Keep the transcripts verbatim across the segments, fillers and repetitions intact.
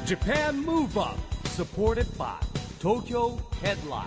Japan Move Up supported by Tokyo Headline。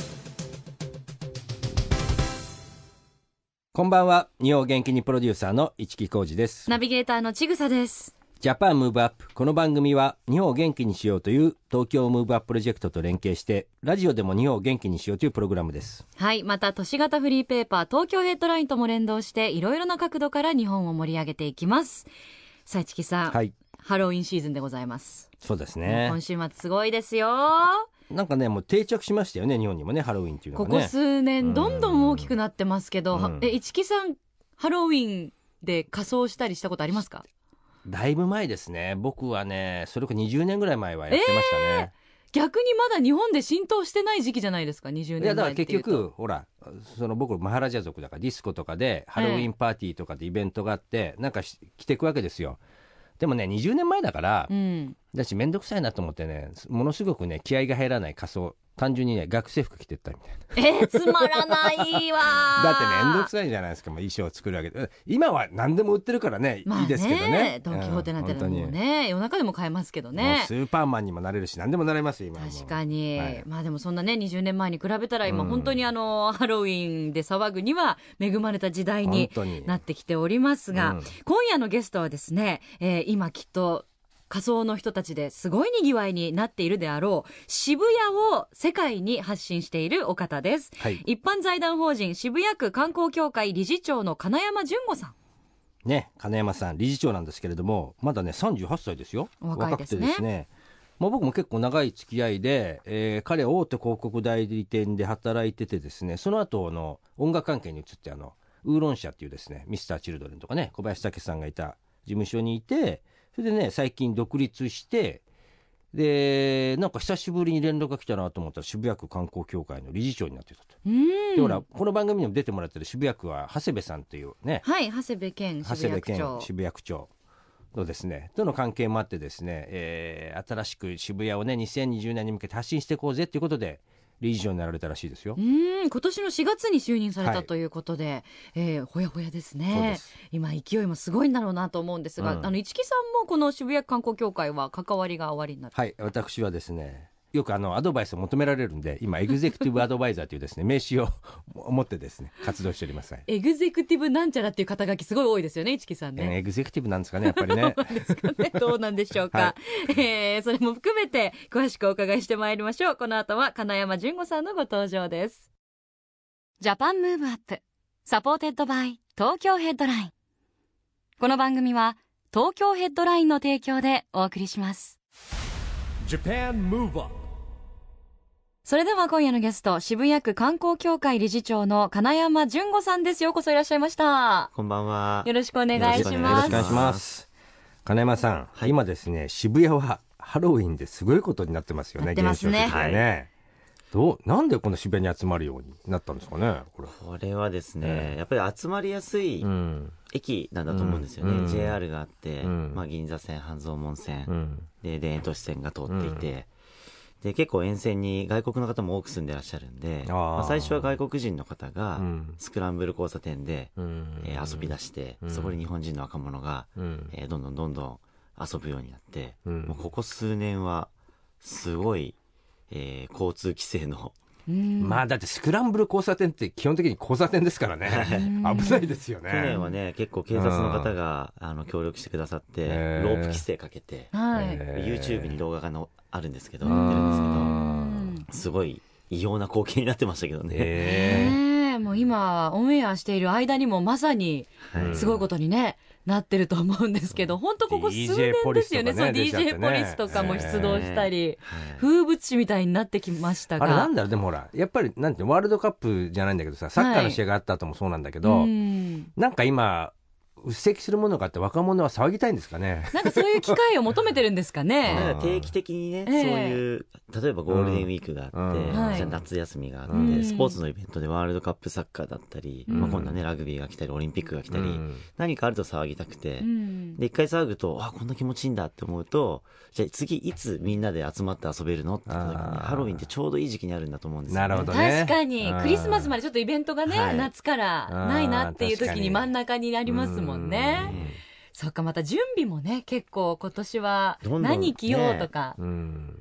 こんばんは。日本元気にプロデューサーの市木浩司です。 ナビゲーターのちぐさです。 ジャパンムーブアップ。この番組は日本を元気にしようという東京ムーブアッププロジェクトと連携してラジオでも日本を元気にしようというプログラムです。 はい。また都市型フリーペーパー東京ヘッドラインとも連動していろいろな角度から日本を盛り上げていきます。さあ市木さん、 はい、 ハロウィンシーズンでございます。 そうですね。 今週末すごいですよ。 なんかね、もう定着しましたよね、日本にもね、ハロウィンっていうのがね。 ここ数年どんどん大きくなってますけど、 うん、 え市木さんハロウィンで仮装したりしたことありますか？ だいぶ前ですね。僕はね、それこそにじゅうねんぐらい前はやってましたね、 えー、逆にまだ日本で浸透してない時期じゃないですか、にじゅうねんまえっていうと。 いやだから結局ほら、その僕マハラジャ族だからディスコとかでハロウィンパーティーとかでイベントがあって、なんか着ていくわけですよ。でもねにじゅうねんまえだから、うん、だしめんどくさいなと思ってね、ものすごくね気合が入らない仮装、単純にね学生服着てったみたいな。 えー、つまらないわだってめんどくさいじゃないですか、もう衣装を作るわけで。今は何でも売ってるからね、まあ、ねいいですけどね。 ドン・キホーテなんてのもね、夜中でも買えますけどね。 スーパーマンにもなれるし何でもなれますよ今。 確かに、はい、まあでもそんなねにじゅうねんまえに比べたら今、うん、本当にあのハロウィンで騒ぐには恵まれた時代になってきておりますが、うん、今夜のゲストはですね、えー、今きっと仮想の人たちですごいにぎわいになっているであろう渋谷を世界に発信しているお方です、はい、一般財団法人渋谷区観光協会理事長の金山純吾さんね。金山さん理事長なんですけれども、まだねさんじゅうはっさいですよ。 お若いですね。 若くてですね、まあ、僕も結構長い付き合いで、えー、彼は大手広告代理店で働いててですね、その後の音楽関係に移ってあのウーロン社っていうですね、ミスターチルドレンとかね、小林武さんがいた事務所にいて、それでね最近独立して、でなんか久しぶりに連絡が来たなと思ったら渋谷区観光協会の理事長になってたと。 うんでほらこの番組にも出てもらってる渋谷区は長谷部さんというね、 はい長谷部健渋谷区長渋谷区長のですねとの関係もあってですね、えー、新しく渋谷をねにせんにじゅうねんに向けて発信していこうぜということで理事長になられたらしいですよ。 うーん今年のしがつに就任された、はい、ということで、えー、ほやほやですね。 そうです。 今勢いもすごいんだろうなと思うんですが、うん、あの市木さんもこの渋谷観光協会は関わりがおありになる？ はい、私はですねよくあのアドバイスを求められるんで、今エグゼクティブアドバイザーというですね名刺を持ってですね活動しております。 エグゼクティブなんちゃらっていう肩書きすごい多いですよね、市木さんね。 エグゼクティブなんですかね、やっぱりね。 どうなんですかね、どうなんでしょうか、はい、えー、それも含めて詳しくお伺いしてまいりましょう。この後は金山純吾さんのご登場です。ジャパンムーブアップサポーテッドバイ東京ヘッドライン。この番組は東京ヘッドラインの提供でお送りします。 Japan Move Up。 それでは今夜のゲスト、渋谷区観光協会理事長の金山純吾さんです。ようこそいらっしゃいました。 こんばんは。 よろしくお願いします。 よろしくお願いします。金山さん、はい、今ですね渋谷はハロウィンですごいことになってますよね。 なってますね。 現象的にね、はい、どうなんでこの渋谷に集まるようになったんですかね。これこれはですね、やっぱり集まりやすい駅なんだと思うんですよね、うん、ジェイアール があって、うんまあ、銀座線半蔵門線、うん、で田園都市線が通っていて、うんで結構沿線に外国の方も多く住んでらっしゃるんで、あ、まあ、最初は外国人の方がスクランブル交差点で、うんえー、遊び出して、うん、そこで日本人の若者が、うんえー、どんどんどんどん遊ぶようになって、うん、もうここ数年はすごい、えー、交通規制のうんまあだってスクランブル交差点って基本的に交差点ですからね危ないですよね。 去年はね結構警察の方があの協力してくださってロープ規制かけて、 はい、 YouTube に動画がのあるんですけどやってるんですけどすごい異様な光景になってましたけどね。 えー、もう今オンエアしている間にもまさにすごいことにね、はいなってると思うんですけど、本当ここ数年ですよね。そう ディージェー ポリスとかも出動したり、風物詩みたいになってきましたが、 あれなんだろう。でもほらやっぱりなんてワールドカップじゃないんだけどさ、サッカーの試合があった後もそうなんだけど、はい、なんか今うっせきするものがあって若者は騒ぎたいんですかね。 なんかそういう機会を求めてるんですかね。 なんか定期的にね、えー、そういう例えばゴールデンウィークがあって、うん、じゃあ夏休みがあって、うん、スポーツのイベントでワールドカップサッカーだったり、うんまあ、今度はねラグビーが来たりオリンピックが来たり、うん、何かあると騒ぎたくて、うん、で一回騒ぐとあこんな気持ちいいんだって思うと、じゃあ次いつみんなで集まって遊べるのって言った時にハロウィンってちょうどいい時期にあるんだと思うんですよね。 なるほどね。 確かにクリスマスまでちょっとイベントがね、はい、夏からないなっていう時に真ん中にありますもんね。 そっか、また準備もね結構今年はどんどん何着ようとか、 うん、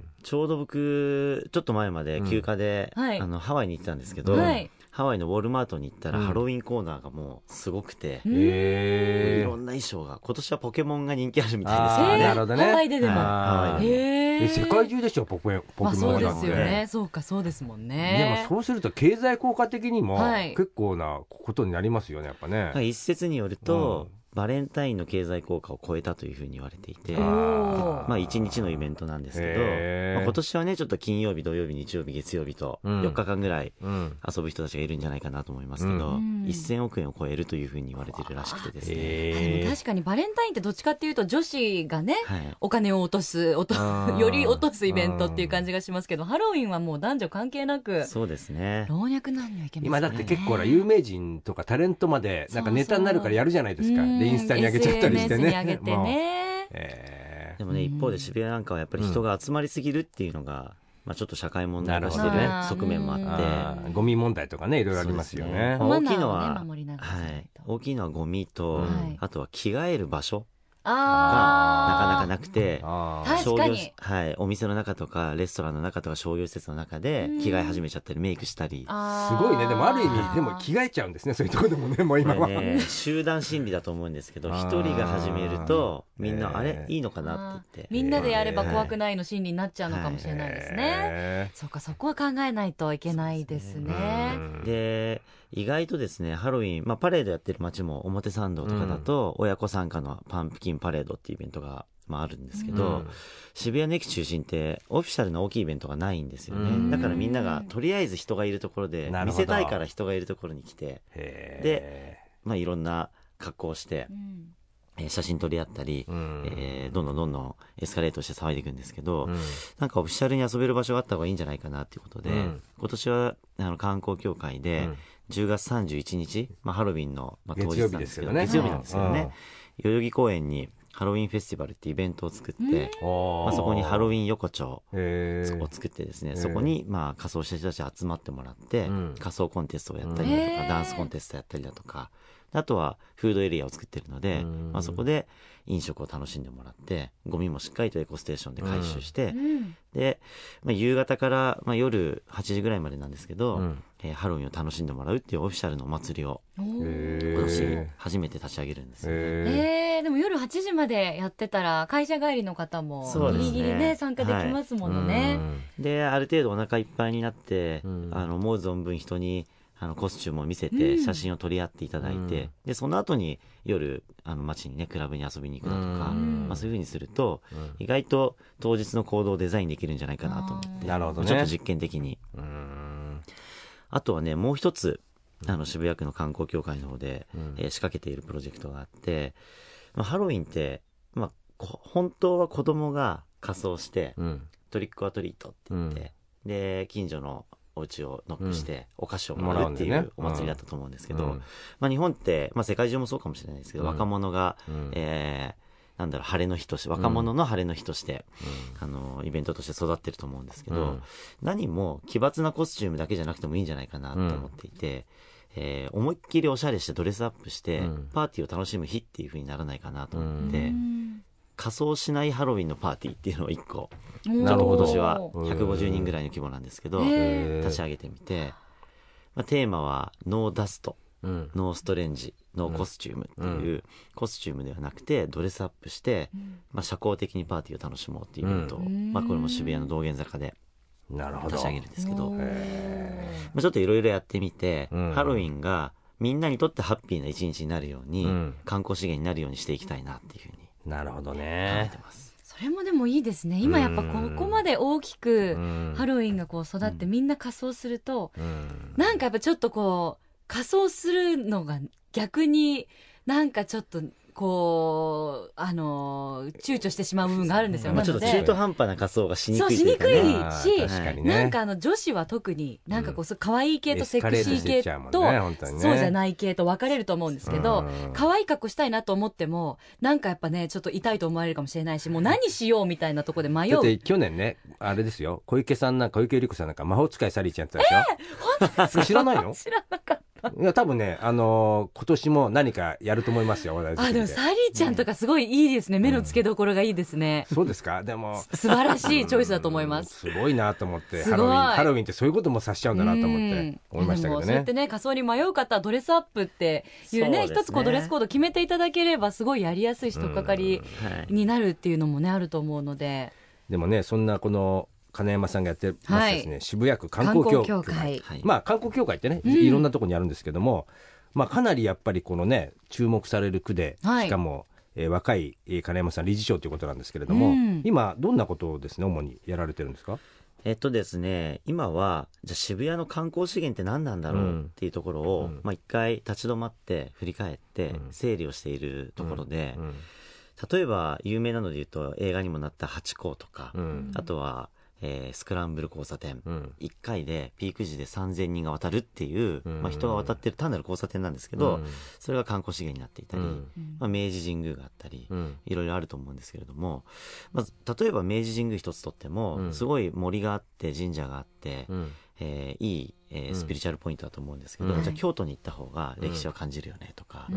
ちょうど僕ちょっと前まで休暇で、 うんはい、 あのハワイに行ってたんですけど、 はい、 ハワイのウォルマートに行ったら、うん、ハロウィンコーナーがもうすごくて、 へいろんな衣装が、今年はポケモンが人気あるみたいですからね。 なるほどね。ハワイででも、はい、 ハワイでもへ世界中でしょポケモン、ポケモン、 まあ、そうですよね。そうかそうですもんね。 でもそうすると経済効果的にも結構なことになりますよね、やっぱね。 一説によると、うん、バレンタインの経済効果を超えたというふうに言われていて、まあいちにちのイベントなんですけど、まあ、今年はねちょっと金曜日土曜日日曜日月曜日とよっかかんぐらい遊ぶ人たちがいるんじゃないかなと思いますけど、うん、せんおくえんを超えるというふうに言われているらしくてですね。 でも確かにバレンタインってどっちかっていうと女子がね、はい、お金を落とすおとより落とすイベントっていう感じがしますけど、ハロウィンはもう男女関係なく、 そうですね、 老若男女いけますね。 今だって結構な有名人とかタレントまでなんかネタになるからやるじゃないですか。でインスタに上げちゃったりしてね。 エスエヌエス に上げてね、 えー、でもね一方で渋谷なんかはやっぱり人が集まりすぎるっていうのが、まあ、ちょっと社会問題化してる側面もあって、 あゴミ問題とかねいろいろありますよね。 ね、大きいのは、はい、大きいのはゴミと、はい、あとは着替える場所がなかなかなくて、 確かに、 はい、お店の中とかレストランの中とか商業施設の中で着替え始めちゃったりメイクしたり、 すごいね。でもある意味でも着替えちゃうんですね、そういうところでもね。もう今は、 ね、集団心理だと思うんですけど、一人が始めるとみんなあれいいのかなって言って、 みんなでやれば怖くないの心理になっちゃうのかもしれないですね。そうか、そこは考えないといけないですね。 で意外とですねハロウィン、まあ、パレードやってる街も表参道とかだと、うん、親子参加のパンプキンパレードっていうイベントが、まあ、あるんですけど、うん、渋谷の駅中心ってオフィシャルな大きいイベントがないんですよね、うん、だからみんながとりあえず人がいるところで見せたいから人がいるところに来て、で、まあ、いろんな格好をして、うん写真撮り合ったり、うんえー、どんどんどんどんエスカレートして騒いでいくんですけど、うん、なんかオフィシャルに遊べる場所があった方がいいんじゃないかなっていうことで、うん、今年はあの観光協会で、うん、じゅうがつさんじゅういちにち、まあ、ハロウィンの、まあ、当日なんですけど月曜日なんですけどね、代々木公園にハロウィンフェスティバルっていうイベントを作って、まあ、そこにハロウィン横丁を作ってですね、そこにまあ仮装した人たち集まってもらって、うん、仮装コンテストをやったりだとか、ダンスコンテストやったりだとか、あとはフードエリアを作ってるので、まあ、そこで飲食を楽しんでもらって、ゴミもしっかりとエコステーションで回収して、うん、で、まあ、夕方から、まあ、夜はちじぐらいまでなんですけど、うんえー、ハロウィンを楽しんでもらうっていうオフィシャルのお祭りを今年初めて立ち上げるんですよね。 えー、でも夜はちじまでやってたら会社帰りの方もギリギリ ね, ね参加できますものね。 はい、である程度お腹いっぱいになって、うん、あの思う存分人にあのコスチュームを見せて写真を撮り合っていただいて、うん、でその後に夜あの街にねクラブに遊びに行くだとか、うんまあ、そういう風にすると、うん、意外と当日の行動をデザインできるんじゃないかなと思って、 なるほどね、 ちょっと実験的に。うんあとはねもう一つあの渋谷区の観光協会の方で、うんえー、仕掛けているプロジェクトがあって、まあ、ハロウィンって、まあ、本当は子供が仮装して、うん、トリックオアトリートって言って、うん、で近所のお家をノックしてお菓子をもらうっていうお祭りだったと思うんですけど、うんうんまあ、日本って、まあ、世界中もそうかもしれないですけど、うん、若者が、うんえー、なんだろう晴れの日として若者の晴れの日として、うん、あのイベントとして育ってると思うんですけど、うん、何も奇抜なコスチュームだけじゃなくてもいいんじゃないかなと思っていて、うんえー、思いっきりおしゃれしてドレスアップして、うん、パーティーを楽しむ日っていう風にならないかなと思って、うん、仮装しないハロウィンのパーティーっていうのをいっこちょっと今年はひゃくごじゅうにんぐらいの規模なんですけど立ち上げてみて、まあ、テーマはノーダスト、うん、ノーストレンジノーコスチュームっていう、うん、コスチュームではなくてドレスアップして、うんまあ、社交的にパーティーを楽しもうっていうイベントを、うんまあ、これも渋谷の道玄坂で立ち上げるんですけど、まあ、ちょっといろいろやってみて、うん、ハロウィンがみんなにとってハッピーな一日になるように、うん、観光資源になるようにしていきたいなっていうふうになるほどね考えてます。 それもでもいいですね。今やっぱここまで大きくハロウィンがこう育ってみんな仮装すると、なんかやっぱちょっとこう仮装するのが逆になんかちょっとこうあの躊躇してしまう部分があるんですよ。 まあ、ちょっと中途半端な仮装がしにくいというか、 ね、 そうしにくいし、 確かにね、 なんかあの女子は特になんかこう、うん、可愛い系とセクシー系と、 ねね、 そうじゃない系と分かれると思うんですけど、うん、可愛い格好したいなと思ってもなんかやっぱねちょっと痛いと思われるかもしれないし、もう何しようみたいなところで迷う。 だって去年ねあれですよ、小池さんなんか小池百合子さんなんか魔法使いサリーちゃんやってたでしょ、 えー、本当ですか？ 知らないの？ 知らなかった。 いや多分ね、あのー、今年も何かやると思いますよ。 あでもサリーちゃんとかすごいいいですね、うん、目の付けどころがいいですね、 うん、そうですか。でも素晴らしいチョイスだと思います。 すごいなと思って、ハロウィンハロウィンってそういうこともさしちゃうんだなと思って思いましたけどね。 そうやってね、仮装に迷う方はドレスアップっていうね、一つこうドレスコード決めていただければすごいやりやすいし取っかかりになるっていうのもねあると思うので。 でもね、そんなこの金山さんがやってますですね、はい、渋谷区観光協会、はい、まあ観光協会ってね、うん、いろんなところにあるんですけども、まあ、かなりやっぱりこのね注目される区で、はい、しかも、えー、若い、えー、金山さん理事長ということなんですけれども、うん、今どんなことをですね主にやられてるんですか？ えっとですね、今はじゃあ渋谷の観光資源って何なんだろうっていうところを、うん、まあ、一回立ち止まって振り返って整理をしているところで、うんうん、例えば有名なので言うと映画にもなったハチ公とか、あとはえー、スクランブル交差点、うん、いっかいでピーク時でさんぜんにんが渡るっていう、うんまあ、人が渡ってる単なる交差点なんですけど、うん、それが観光資源になっていたり、うんまあ、明治神宮があったり、うん、いろいろあると思うんですけれども、まあ、例えば明治神宮一つとっても、うん、すごい森があって神社があって、うんえー、いい、えー、スピリチュアルポイントだと思うんですけど、うん、じゃあ京都に行った方が歴史を感じるよねとか、うん、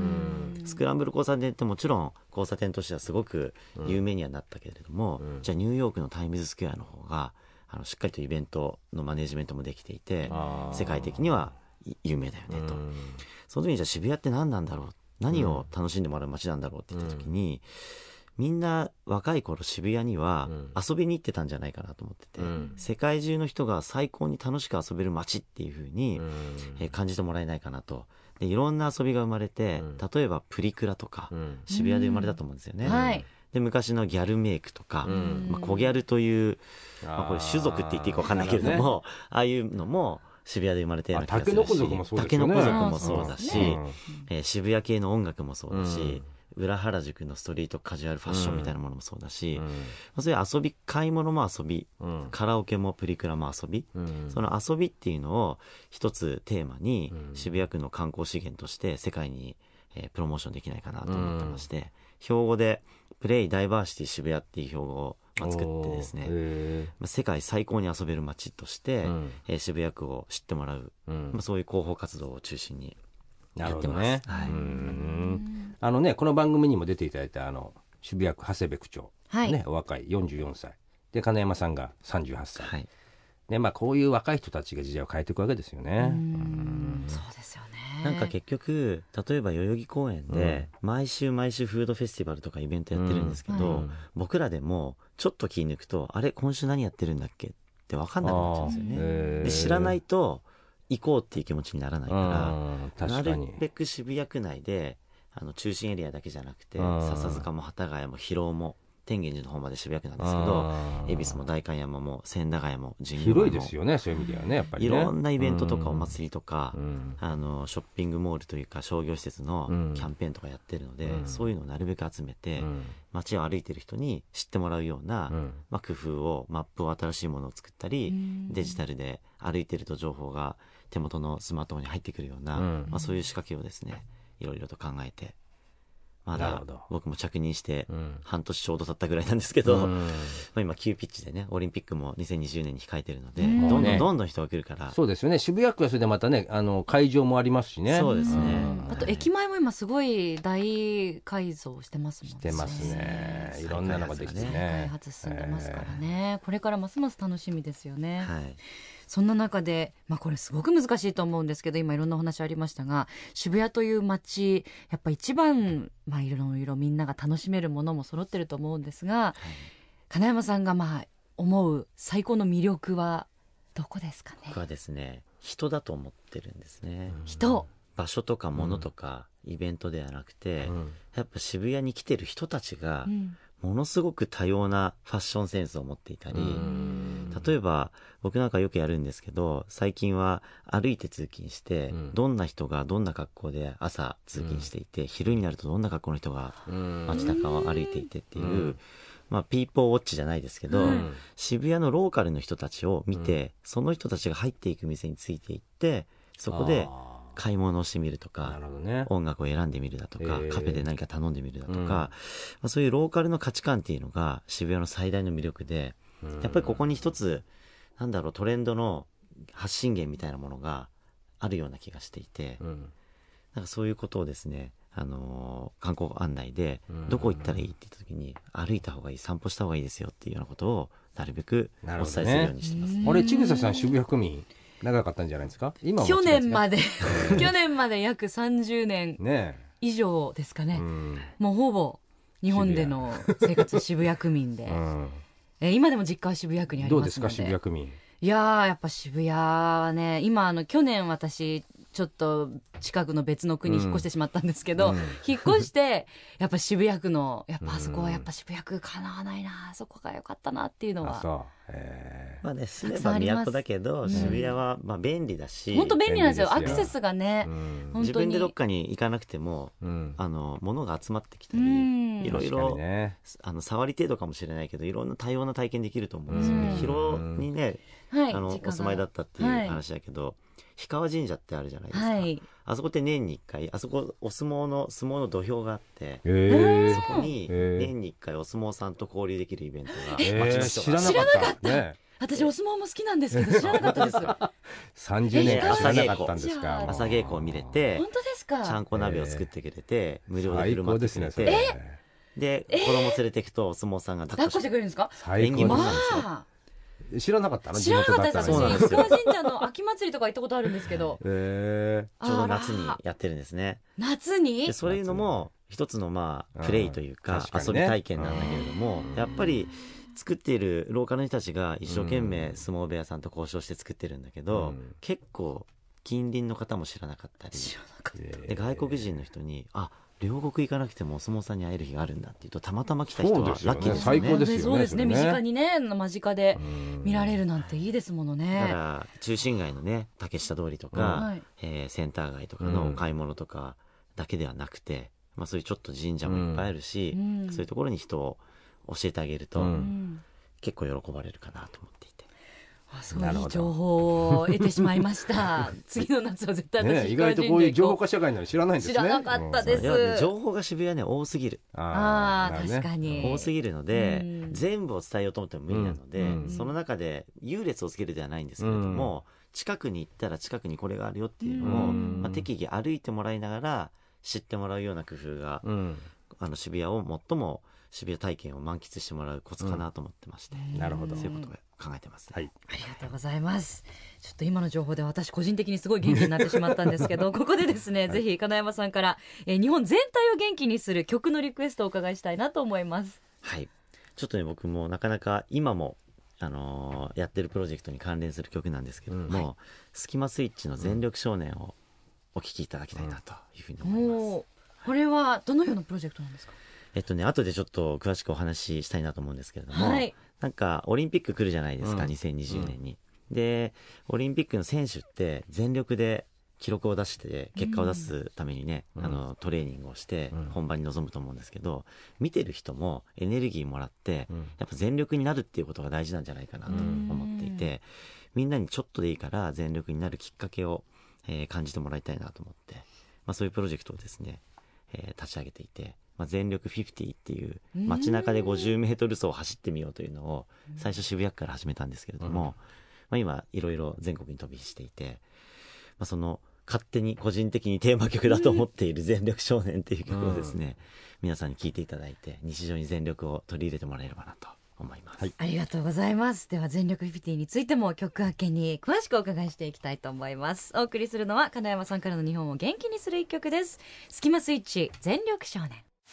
スクランブル交差点ってもちろん交差点としてはすごく有名にはなったけれども、うん、じゃあニューヨークのタイムズスクエアの方があのしっかりとイベントのマネジメントもできていて世界的には有名だよねと、うん、その時にじゃあ渋谷って何なんだろう、何を楽しんでもらう街なんだろうって言った時に、うん、みんな若い頃渋谷には遊びに行ってたんじゃないかなと思ってて、うん、世界中の人が最高に楽しく遊べる街っていう風に、うんえー、感じてもらえないかなと。でいろんな遊びが生まれて、うん、例えばプリクラとか、うん、渋谷で生まれたと思うんですよね、うんはいで昔のギャルメイクとか、うんまあ、小ギャルという、まあ、これ種族って言っていいか分かんないけれども あ, ああいうのも渋谷で生まれたような気がするし、タケノコ族もそうですよね。タケノコ族もそうだし、うんえー、渋谷系の音楽もそうだし、うん、裏原宿のストリートカジュアルファッションみたいなものもそうだし、うんまあ、そういう遊び、買い物も遊び、うん、カラオケもプリクラも遊び、うん、その遊びっていうのを一つテーマに渋谷区の観光資源として世界に、えー、プロモーションできないかなと思ってまして、うん、標語でプレイダイバーシティ渋谷っていう標語を作ってですね、まあ、世界最高に遊べる街として、うんえー、渋谷区を知ってもらう、うんまあ、そういう広報活動を中心にやってます。ねはい、うんあのね、この番組にも出ていただいたあの渋谷区長谷部区長、はいね、お若いよんじゅうよんさいで金山さんがさんじゅうはっさい、はいでまあ、こういう若い人たちが時代を変えていくわけですよね。 うんそうですよね。 なんか結局例えば代々木公園で毎週毎週フードフェスティバルとかイベントやってるんですけど、うんはい、僕らでもちょっと気抜くとあれ今週何やってるんだっけって分かんなくなっちゃうんですよね。で知らないと行こうっていう気持ちにならないからなるべく渋谷区内であの中心エリアだけじゃなくて笹塚も幡ヶ谷も広尾も天元寺の方まで渋谷区なんですけど、恵比寿も代官山も千駄ヶ谷も神宮も広いですよね。そういう意味ではね、やっぱりね、 いろんなイベントとかお祭りとか、うん、あのショッピングモールというか商業施設のキャンペーンとかやってるので、うん、そういうのをなるべく集めて、うん、街を歩いてる人に知ってもらうような、うんまあ、工夫をマップを新しいものを作ったり、うん、デジタルで歩いてると情報が手元のスマートフォンに入ってくるような、うんまあ、そういう仕掛けをですねいろいろと考えてまだ僕も着任して半年ちょうど経ったぐらいなんですけど、うん、まあ今急ピッチでねオリンピックもにせんにじゅうねんに控えてるので、うん、どんどんどんどん人が来るから、 そうですよね。渋谷区はそれでまたねあの会場もありますしね。 そうですね、うん、あと駅前も今すごい大改造してますもんね。 してますね。いろんなのができてね開発進んでますからね、えー、これからますます楽しみですよね、 はい、 そんな中で、まあ、これすごく難しいと思うんですけど今いろんなお話ありましたが渋谷という街やっぱ一番、まあ、いろいろみんなが楽しめるものも揃ってると思うんですが、はい、金山さんがまあ思う最高の魅力はどこですかね。 僕はですね人だと思ってるんですね。 人、 場所とか物とか、うん、イベントではなくて、うん、やっぱ渋谷に来てる人たちが、うんものすごく多様なファッションセンスを持っていたり、例えば僕なんかよくやるんですけど最近は歩いて通勤して、うん、どんな人がどんな格好で朝通勤していて、うん、昼になるとどんな格好の人が街中を歩いていてっていう、うん、まあピーポーウォッチじゃないですけど、うん、渋谷のローカルの人たちを見て、うん、その人たちが入っていく店についていってそこで買い物をしてみるとか、ね、音楽を選んでみるだとか、えー、カフェで何か頼んでみるだとか、うんまあ、そういうローカルの価値観っていうのが渋谷の最大の魅力で、うん、やっぱりここに一つなんだろうトレンドの発信源みたいなものがあるような気がしていて、 うん、 なんかそういうことをですね、あのー、観光案内でどこ行ったらいいって言った時に、歩いた方がいい、散歩した方がいいですよっていうようなことをなるべくお伝えするようにしてます。 ね、あれちぐささん渋谷区民長かったんじゃないですか。今は去年まで去年まで約さんじゅうねん以上ですかね、ね、もうほぼ日本での生活渋谷区民で、うん、え今でも実家は渋谷区にありますので。どうですか渋谷区民。いややっぱ渋谷はね、今あの去年私ちょっと近くの別の国に引っ越してしまったんですけど、うん、引っ越してやっぱ渋谷区のやっぱあそこはやっぱ渋谷区かなわないな、あそこが良かったなっていうのは。あそう、 えー、まあね、住めば都だけど渋谷はまあ便利だし、 本当便利なんですよ。アクセスがね、うん、本当に自分でどっかに行かなくても、うん、あの物が集まってきたり、うん、いろいろ、ね、あの触り程度かもしれないけどいろんな多様な体験できると思うんですよね、うん、広にね、はい、あのお住まいだったっていう話だけど、はい、氷川神社ってあるじゃないですか、はい、あそこって年にいっかい、あそこお相撲の相撲の土俵があって、そこに年にいっかいお相撲さんと交流できるイベントが街の人が、 知らなかった、ね、私お相撲も好きなんですけど知らなかったですさんじゅうねんかん知らなかったんですか。 朝稽古を見れて、 本当ですか。 ちゃんこ鍋を作ってくれて無料で振る舞ってくれて、ね、で子供連れていくとお相撲さんが抱っこしてくれるんですか。 縁起物なんですよ。 知らなかったの。 知らなかったです。私氷川神社の秋祭りとか行ったことあるんですけど、 えー、ちょうど夏にやってるんですね。 夏にでそういうのも一つのまあプレイというか遊び体験なんだけれども、やっぱり作っているローカルの人たちが一生懸命相撲部屋さんと交渉して作ってるんだけど、うん、結構近隣の方も知らなかったり、 知らなかったで外国人の人にあ両国行かなくてもお相撲さんに会える日があるんだっていうと、たまたま来た人はラッキーですよね。 最高ですよね。 そうですね、身近にね間近で見られるなんていいですものね。 だから中心街のね竹下通りとか、うんえー、センター街とかのお買い物とかだけではなくて、まあ、そういうちょっと神社もいっぱいあるし、うん、そういうところに人を教えてあげると、うん、結構喜ばれるかなと思っていて、 あすごいいい情報を得てしまいました次の夏は絶対私、 ね、意外とこういう情報化社会なの知らないんですね。 知らなかったです、 うん、情報が渋谷ね多すぎる。 ああ、ね、確かに多すぎるので、うん、全部を伝えようと思っても無理なので、うん、その中で優劣をつけるではないんですけれども、うん、近くに行ったら近くにこれがあるよっていうのを、うんまあ、適宜歩いてもらいながら知ってもらうような工夫が、うん、あの渋谷を最も渋谷体験を満喫してもらうコツかなと思ってまして、 うん、なるほど、 そういうことを考えてます、ね。はい、 ありがとうございます。ちょっと今の情報で私個人的にすごい元気になってしまったんですけどここでですね、はい、ぜひ金山さんから、えー、日本全体を元気にする曲のリクエストをお伺いしたいなと思います。 はい、ちょっとね僕もなかなか今もあのー、やってるプロジェクトに関連する曲なんですけれども、うんはい、スキマスイッチの全力少年をお聴きいただきたいなというふうに思います、うん、 これはどのようなプロジェクトなんですか。 えっとね後でちょっと詳しくお話ししたいなと思うんですけれども、はい、なんかオリンピック来るじゃないですか、うん、にせんにじゅうねんに、うん、でオリンピックの選手って全力で記録を出して結果を出すためにね、うん、あのトレーニングをして本番に臨むと思うんですけど、見てる人もエネルギーもらって、うん、やっぱ全力になるっていうことが大事なんじゃないかなと思っていて、みんなにちょっとでいいから全力になるきっかけを、えー、感じてもらいたいなと思って、まあ、そういうプロジェクトをですね、えー、立ち上げていて、まあ、全力ごじゅうっていう街中でごじゅうメートル走を走ってみようというのを最初渋谷区から始めたんですけれども、うんまあ、今いろいろ全国に飛び火していて、まあ、その勝手に個人的にテーマ曲だと思っている全力少年っていう曲をですね、うん、皆さんに聴いていただいて日常に全力を取り入れてもらえればなと思います、はい、 ありがとうございます。では全力ごじゅうについても曲明けに詳しくお伺いしていきたいと思います。お送りするのは金山さんからの日本を元気にする一曲です。スキマスイッチ全力少年。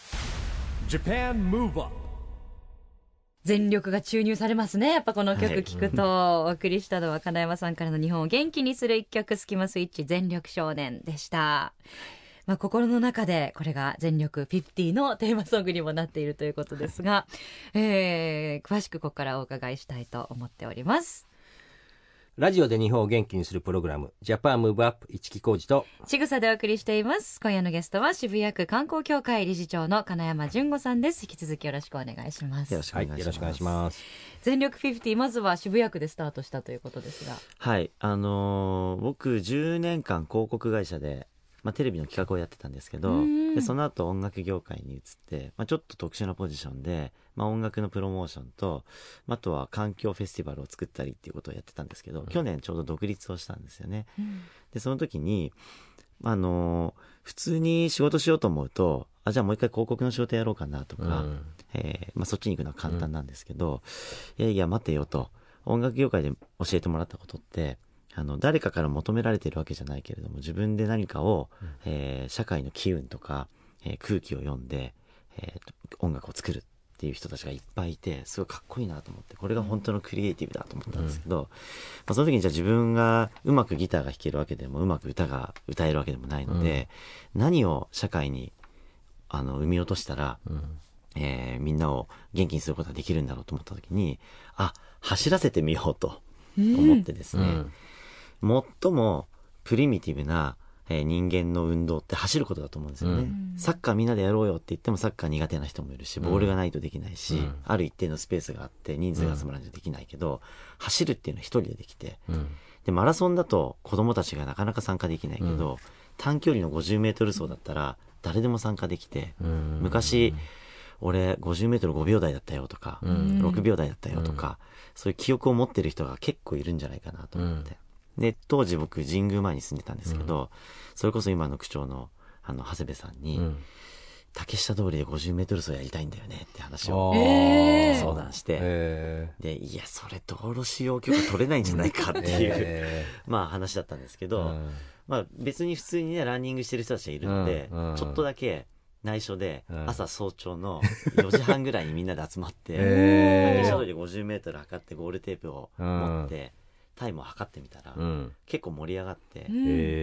Japan Move Up。 全力が注入されますね。やっぱこの曲聴くと、はい、お送りしたのは金山さんからの日本を元気にする一曲、スキマスイッチ全力少年でした。まあ、心の中でこれが全力ごじゅうのテーマソングにもなっているということですが、えー、詳しくここからお伺いしたいと思っております。 ラジオで日本を元気にするプログラムジャパンムーブアップ市木浩二とちぐさでお送りしています。今夜のゲストは渋谷区観光協会理事長の金山純吾さんです。引き続きよろしくお願いします。 よろしくお願いします、はい、よろしくお願いします。 全力ごじゅう、まずは渋谷区でスタートしたということですが、 はい、あのー、僕じゅうねんかん広告会社でまあ、テレビの企画をやってたんですけど、でその後音楽業界に移って、まあ、ちょっと特殊なポジションで、まあ、音楽のプロモーションと、あとは環境フェスティバルを作ったりっていうことをやってたんですけど、去年ちょうど独立をしたんですよね。でその時にあのー、普通に仕事しようと思うと、あじゃあもう一回広告の仕事やろうかなとか、うんえーまあ、そっちに行くのは簡単なんですけど、うん、いやいや待てよと、音楽業界で教えてもらったことってあの誰かから求められているわけじゃないけれども、自分で何かを、うんえー、社会の機運とか、えー、空気を読んで、えー、音楽を作るっていう人たちがいっぱいいて、すごいかっこいいなと思って、これが本当のクリエイティブだと思ったんですけど、うんまあ、その時にじゃあ自分がうまくギターが弾けるわけでもうまく歌が歌えるわけでもないので、うん、何を社会にあの生み落としたら、うんえー、みんなを元気にすることができるんだろうと思った時に、あ走らせてみようと思ってですね、うん、最もプリミティブなえー、人間の運動って走ることだと思うんですよね、うん、サッカーみんなでやろうよって言ってもサッカー苦手な人もいるし、ボールがないとできないし、うん、ある一定のスペースがあって人数が集まらないとできないけど、うん、走るっていうのは一人でできて、うん、でマラソンだと子供たちがなかなか参加できないけど、うん、短距離のごじゅうメートル走だったら誰でも参加できて、うん、昔俺ごじゅうメートルごびょう台だったよとか、うん、ろくびょう台だったよとか、うん、そういう記憶を持ってる人が結構いるんじゃないかなと思って、うんで当時僕神宮前に住んでたんですけど、うん、それこそ今の区長のあの長谷部さんに、うん、竹下通りでごじゅうメートル走やりたいんだよねって話を相談して、えー、でいやそれ道路使用許可取れないんじゃないかっていう、えー、まあ話だったんですけど、うん、まあ別に普通にねランニングしてる人たちがいるので、うんうん、ちょっとだけ内緒で朝早朝のよじはんぐらいにみんなで集まって、えー、竹下通りでごじゅうメートル測ってゴールテープを持って、うんタイムを測ってみたら、うん、結構盛り上がって、うん、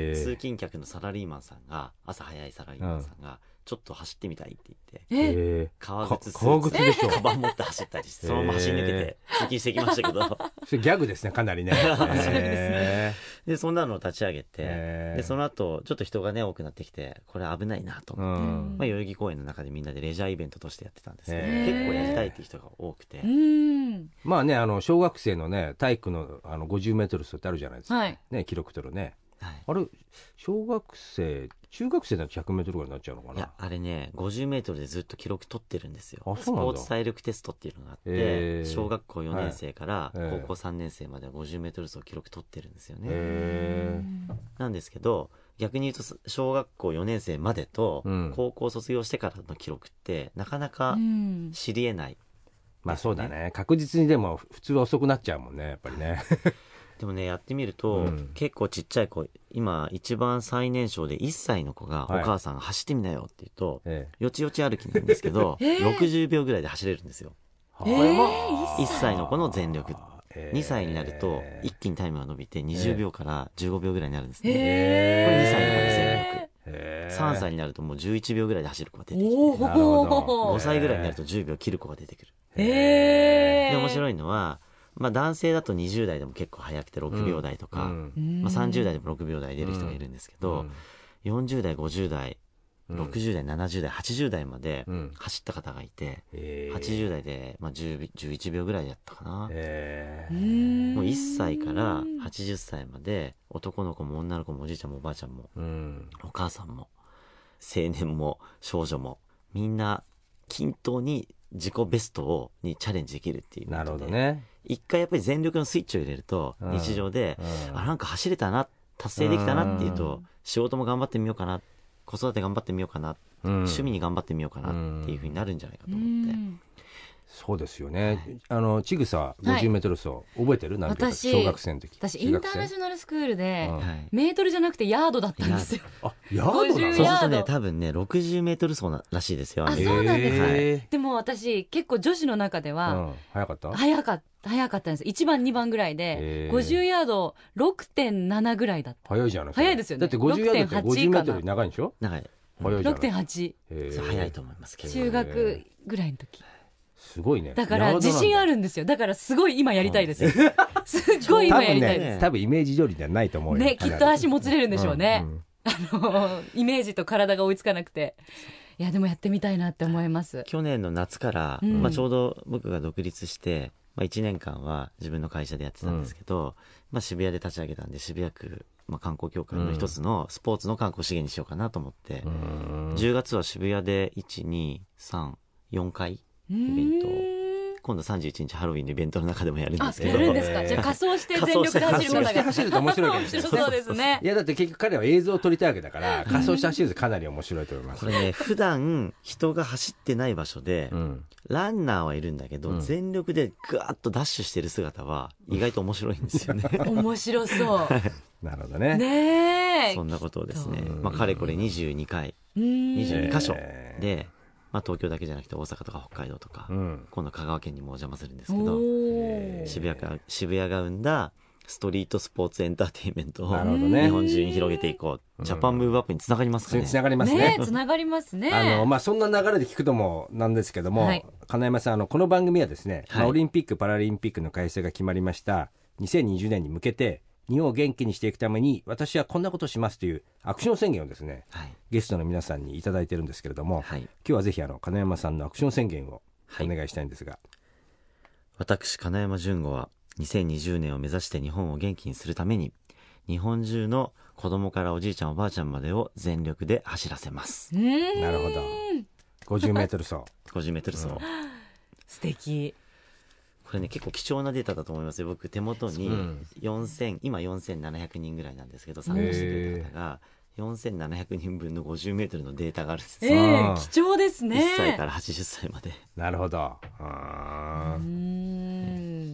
通勤客のサラリーマンさんが朝早いサラリーマンさんが、うん、ちょっと走ってみたいって言って、えー、革靴スーツでしょカバン持って走ったりしてそのまま走り抜けて通勤してきましたけどそれギャグですねかなりね、 えー、でそんなのを立ち上げて、えー、でその後ちょっと人がね多くなってきてこれ危ないなと思って、うんまあ、代々木公園の中でみんなでレジャーイベントとしてやってたんですけど、えー、結構やりたいっていう人が多くて、 うんまあねあの小学生のね体育のあのごじゅうメートル走ってあるじゃないですか、はいね、記録取るね、はい、あれ小学生中学生だとひゃくメートルぐらいになっちゃうのかな。 いやあれねごじゅうメートルでずっと記録取ってるんですよ。スポーツ体力テストっていうのがあって、えー、小学校よねん生から高校さんねん生まではごじゅうメートル走記録取ってるんですよね、えー、なんですけど逆に言うと小学校よねん生までと高校卒業してからの記録ってなかなか知り得ない、うんまあそうだね確実にでも普通は遅くなっちゃうもんねやっぱりねでもねやってみると、うん、結構ちっちゃい子今一番最年少でいっさいの子がお母さんが走ってみなよって言うと、はい、よちよち歩きなんですけど、えー、ろくじゅうびょうぐらいで走れるんですよ、えー、いっさいの子の全力、えー、にさいになると一気にタイムが伸びてにじゅうびょうからじゅうごびょうぐらいになるんですね、えー、これにさいの子の全力、えー、さんさいになるともうじゅういちびょうぐらいで走る子が出てきてなるほどごさいぐらいになるとじゅうびょう切る子が出てくる、えー、で面白いのはまあ、男性だとにじゅう代でも結構早くてろくびょう台とか、うんまあ、さんじゅう代でもろくびょう台出る人がいるんですけど、うん、よんじゅう代ごじゅう代ろくじゅう代ななじゅう代はちじゅう代まで走った方がいて、うん、はちじゅう代でまあじゅう、じゅういちびょうぐらいだったかな、えー、もういっさいからはちじゅっさいまで男の子も女の子もおじいちゃんもおばあちゃんも、うん、お母さんも青年も少女もみんな均等に自己ベストをにチャレンジできるっていうことで、なるほどね、一回やっぱり全力のスイッチを入れると日常で、うん、あなんか走れたな達成できたなっていうと、うん、仕事も頑張ってみようかな子育て頑張ってみようかな、うん、趣味に頑張ってみようかなっていう風になるんじゃないかと思って、うん、 そうですよね、はい、あのちぐさごじゅうメートル走、はい、覚えてるなんていうか小学生の時私インターナショナルスクールで、うん、メートルじゃなくてヤードだったんですよ。 あヤードなの。 そうするとね多分ねろくじゅうメートル走らしいですよ。 あそうなんです、はい、でも私結構女子の中では、うん、 早かった早かった早かったんです。いちばんにばんぐらいでごじゅうヤード ろくてんなな ぐらいだった。 早いじゃない早いですよね。 だってごじゅうヤードってごじゅうメートルより長いんでしょ。 長い。 早いじゃないろくてんはち早いと思いますけど中学ぐらいの時すごいね。 だから自信あるんですよ。だからすごい今やりたいです、うん、すごい今やりたいです。 多分イメージ通りではないと思うよね。きっと足もつれるんでしょうね、うんうん、あのイメージと体が追いつかなくていやでもやってみたいなって思います。 去年の夏から、うんまあ、ちょうど僕が独立してまあ、いちねんかんは自分の会社でやってたんですけど、うん、まあ、渋谷で立ち上げたんで渋谷区、まあ、観光協会の一つのスポーツの観光資源にしようかなと思って、うん、じゅうがつは渋谷でいち、に、さん、よんかいイベントを今度さんじゅういちにちハロウィンのイベントの中でもやるんですけど。 あ、やるんですか。じゃあ仮装して全力で走る方が。 仮装して走ると面白いかもしれない。 そうですね。 いやだって結局彼は映像を撮りたいわけだから仮装して走るとかなり面白いと思います。 これね、普段人が走ってない場所で、うん、ランナーはいるんだけど、うん、全力でガーッとダッシュしてる姿は意外と面白いんですよね。 面白そう。 なるほどね。 ねえ。 そんなことをですね、まあかれこれにじゅうにかい、にじゅうにかしょで。まあ、東京だけじゃなくて大阪とか北海道とか、うん、今度香川県にもお邪魔するんですけど、渋谷が渋谷が生んだストリートスポーツエンターテインメントを日本中に広げていこう、ジャパンムーブアップにつながりますかね。 つながりますね。 つながりますね。 あの、まあ、そんな流れで聞くともなんですけども、はい、金山さん、あのこの番組はですね、はい、まあ、オリンピック・パラリンピックの開催が決まりましたにせんにじゅうねんに向けて日本を元気にしていくために私はこんなことしますというアクション宣言をですね、はい、ゲストの皆さんにいただいてるんですけれども、はい、今日はぜひあの金山さんのアクション宣言をお願いしたいんですが、はい、 私金山淳吾はにせんにじゅうねんを目指して日本を元気にするために日本中の子供からおじいちゃんおばあちゃんまでを全力で走らせます。 なるほど。ごじゅうメートル走ごじゅうメートル走、うん、 素敵。 これね結構貴重なデータだと思いますよ。僕手元によんせん、うん、今よんせんななひゃくにんぐらいなんですけど参加してくれた方がよんせんななひゃくにんぶんのごじゅうメートルのデータがあるんですよ。 えー、貴重ですね。 いっさいからはちじゅっさいまで。 なるほど。あ、うん、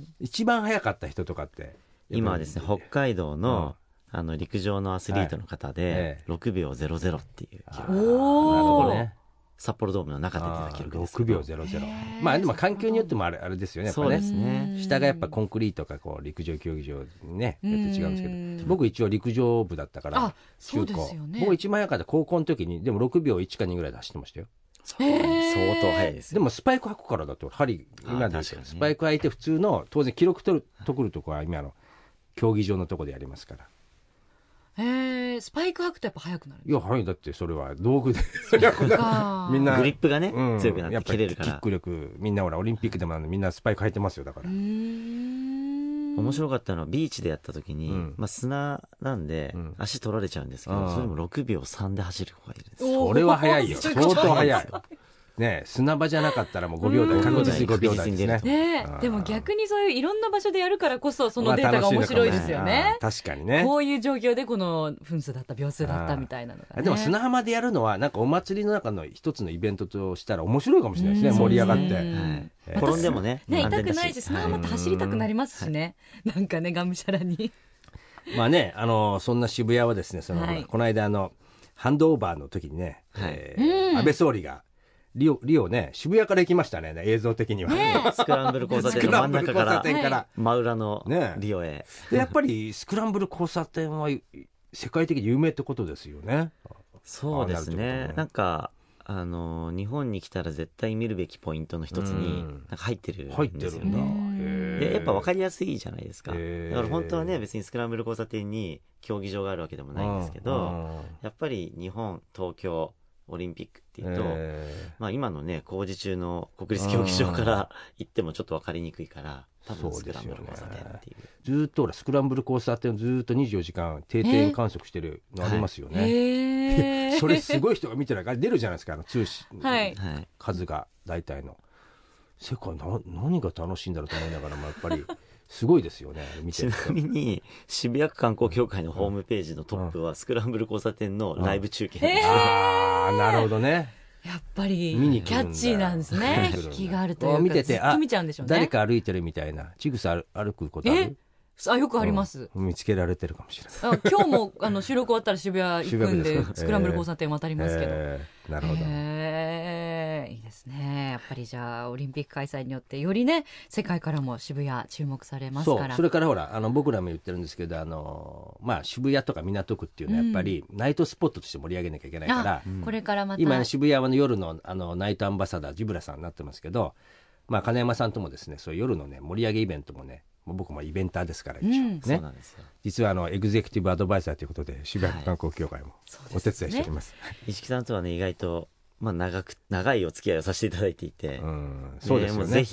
一番早かった人とかって今はですね北海道の、うん、あの陸上のアスリートの方でろくびょうぜろぜろっていう記録、 はい、おー、 ね、札幌ドームの中で出た記録ですけどろくびょうぜろぜろ。まあでも環境によってもあれ、あれですよね。やっぱね、 そうですね。 下がやっぱコンクリートかこう陸上競技場にねよって違うんですけど、僕一応陸上部だったからあ、そうですよね。 僕一番早かった高校の時にでもろくびょういちかにぐらいで走ってましたよ。 そう相当早いですよ。 でもスパイク履くからだと針今でスパイク履いて普通の当然記録取るとくるとこは今の競技場のとこでやりますから。 へえ、スパイク履くとやっぱ速くなる。 いや、はい、だってそれは道具でみんなグリップがね、うん、強くなって蹴れるから。 キック力みんなほらオリンピックでもみんなスパイク履いてますよだから。うーん、 面白かったのはビーチでやった時に、うん、まあ砂なんで足取られちゃうんですけど、うん、それもろくびょうさんで走る子がいるんですよ。 それは速いよ。相当速い。ね、砂場じゃなかったらもうごびょうだい、確実にごびょうだいですね。 ね、でも逆にそういういろんな場所でやるからこそそのデータが面白いですよね。 まあ、確かにね。 こういう状況でこの分数だった秒数だったみたいなのが、ね、 でも砂浜でやるのはなんかお祭りの中の一つのイベントとしたら面白いかもしれないですね。盛り上がって、はい、 転んでもね、 ね、痛くないし砂浜って走りたくなりますしね、はい、なんかねがむしゃらにまあね、あのそんな渋谷はですね、その、はい、この間あのハンドオーバーの時にね、はい、えーうん、安倍総理がリオ、リオね、渋谷から行きましたね、映像的には。ね、 スクランブル交差点の真ん中から、から真裏のリオへ、ね。 で、やっぱりスクランブル交差点は世界的に有名ってことですよね。 そうですね。なんか、あの、日本に来たら絶対見るべきポイントの一つに、なんか入ってるんですよね。入ってるんだ。で、やっぱ分かりやすいじゃないですか。だから本当はね、別にスクランブル交差点に競技場があるわけでもないんですけど、やっぱり日本、東京、オリンピックっていうと、えーまあ、今のね工事中の国立競技場から行ってもちょっと分かりにくいから多分スクランブル交差点っていう、 ね、ずっと俺スクランブル交差点をずっとにじゅうよじかん定点観測してるのありますよね、えー、それすごい人が見てるから出るじゃないですか、あの通信、はい、数が大体の世界な何が楽しいんだろうと思いながらもやっぱりすごいですよね。見てるちなみに渋谷区観光協会のホームページのトップはスクランブル交差点のライブ中継なんですよ、 うんうん、ああなるほどね。 やっぱりキャッチーなんですね。引きがあるというか見てて、 ずっと見ちゃうんでしょうね。 誰か歩いてるみたいなちぐさ歩くことある？ あ、よくあります、 うん、見つけられてるかもしれない。 あ今日もあの収録終わったら渋谷行くんでスクランブル交差点渡りますけど、 えー、なるほど、 えー、いいですね。やっぱりじゃあオリンピック開催によってよりね世界からも渋谷注目されますから。 そう、それからほらあの僕らも言ってるんですけど、あの、まあ、渋谷とか港区っていうのはやっぱり、うん、ナイトスポットとして盛り上げなきゃいけないから、 うん、これからまた今渋谷は夜 の, あのナイトアンバサダージブラさんになってますけど、まあ、金山さんともですねそういう夜の、ね、盛り上げイベントもね、僕もイベンターですから一応、うんね、 そうなんですよ。 実はあのエグゼクティブアドバイザーということで渋谷観光協会もお手伝いしております、 はい、石木さんとはね意外と、まあ、長く長いお付き合いをさせていただいていて、 うん、そうですよね。 ぜひ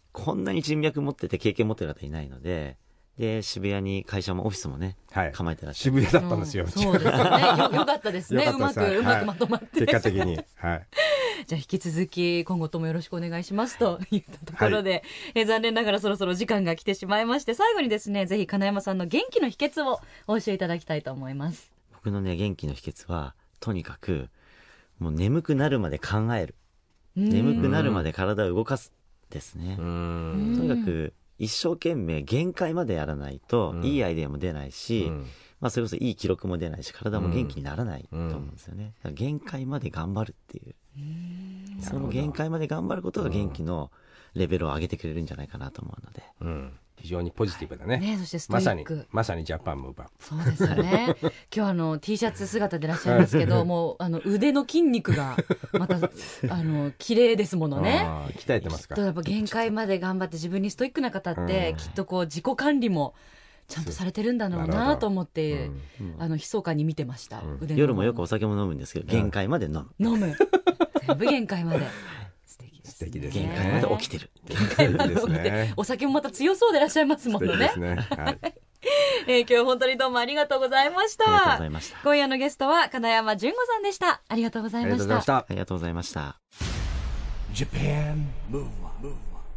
こんなに人脈持ってて経験持ってる方いないので、で渋谷に会社もオフィスもね、はい、構えてらっしゃる。 渋谷だったんですよ、うん、 そうですね。よ, よかったですね。うまく、はい、うまくまとまって、 結果的に、はい、 じゃあ引き続き今後ともよろしくお願いしますといったところで、はい、え残念ながらそろそろ時間が来てしまいまして、最後にですね、ぜひ金山さんの元気の秘訣をお教えいただきたいと思います。 僕のね、元気の秘訣はとにかくもう眠くなるまで考える、眠くなるまで体を動かすですね。とにかく一生懸命限界までやらないと、いいアイデアも出ないし、うん、まあそれこそいい記録も出ないし、体も元気にならないと思うんですよね。だから限界まで頑張るっていう、うん、その限界まで頑張ることが元気のレベルを上げてくれるんじゃないかなと思うので、 うん、非常にポジティブだね。 ね、そしてストイック、 まさにまさにジャパンムーバー。 そうですよね。今日あの T シャツ姿でいらっしゃいますけど、もうあの腕の筋肉がまたあの綺麗ですものね。 鍛えてますか。 きっとやっぱ限界まで頑張って自分にストイックな方って、きっとこう自己管理もちゃんとされてるんだろうなと思って、うん、あの悲壮感に見てました、うん、 腕の夜もよくお酒も飲むんですけど、限界まで飲む、 飲む全部限界まで。 素敵ですね。限界まで起きてる。 限界まで起きてる。ね、お酒もまた強そうでいらっしゃいますものね。 ね、はい。 えー、今日は本当にどうもありがとうございました。 ありがとうございました。 今夜のゲストは金山純子さんでした。ありがとうございました。 ありがとうございました。 Japan Move Up。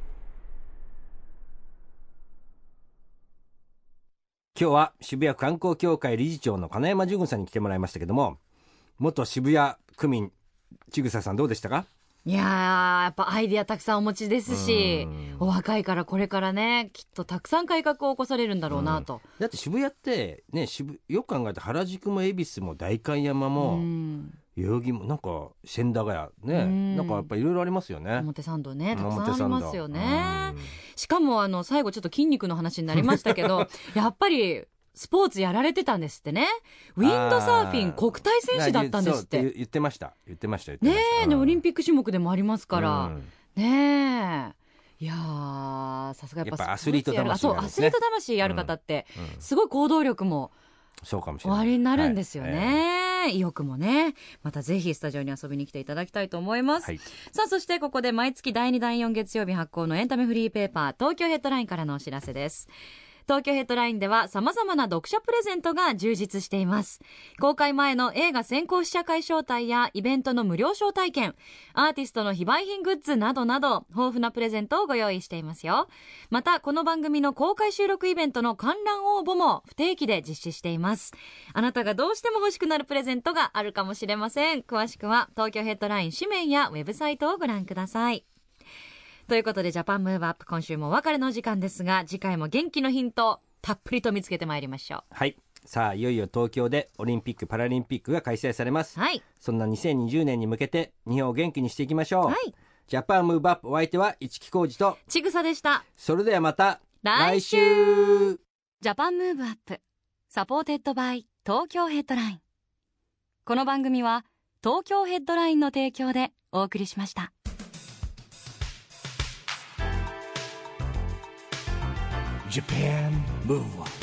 今日は渋谷観光協会理事長の金山純子さんに来てもらいましたけども、元渋谷区民千草さんどうでしたか？ いやー、やっぱアイディアたくさんお持ちですし、お若いからこれからね、きっとたくさん改革を起こされるんだろうなと。 だって渋谷ってね、渋よく考えて原宿も恵比寿も代官山も代々木もなんか千駄ヶ谷ね、なんかやっぱいろいろありますよね。 表参道ね、たくさんありますよね。しかもあの最後ちょっと筋肉の話になりましたけどやっぱりスポーツやられてたんですってね。ウィンドサーフィン国体選手だったんですって。 言ってました言ってましたねえ、うん、オリンピック種目でもありますから、うん、ねえ、いやー、さすがやっぱアスリート魂、ね、 そうアスリート魂ある方って、うんうん、すごい行動力もおありになるんですよね、はいえー、意欲もね。またぜひスタジオに遊びに来ていただきたいと思います、はい、さあそしてここで毎月だいにだいよん月曜日発行のエンタメフリーペーパー東京ヘッドラインからのお知らせです。東京ヘッドラインでは様々な読者プレゼントが充実しています。公開前の映画先行試写会招待やイベントの無料招待券、アーティストの非売品グッズなどなど豊富なプレゼントをご用意していますよ。またこの番組の公開収録イベントの観覧応募も不定期で実施しています。あなたがどうしても欲しくなるプレゼントがあるかもしれません。詳しくは東京ヘッドライン紙面やウェブサイトをご覧ください。ということでジャパンムーブアップ、今週もお別れの時間ですが、次回も元気のヒントたっぷりと見つけてまいりましょう。 はい、さあいよいよ東京でオリンピックパラリンピックが開催されます、 はい、 そんなにせんにじゅうねんに向けて日本を元気にしていきましょう、 はい、 ジャパンムーブアップ、お相手は市木浩二とちぐさでした。 それではまた来週。 ジャパンムーブアップサポーテッドバイ東京ヘッドライン。この番組は東京ヘッドラインの提供でお送りしました。 Japan Move Up。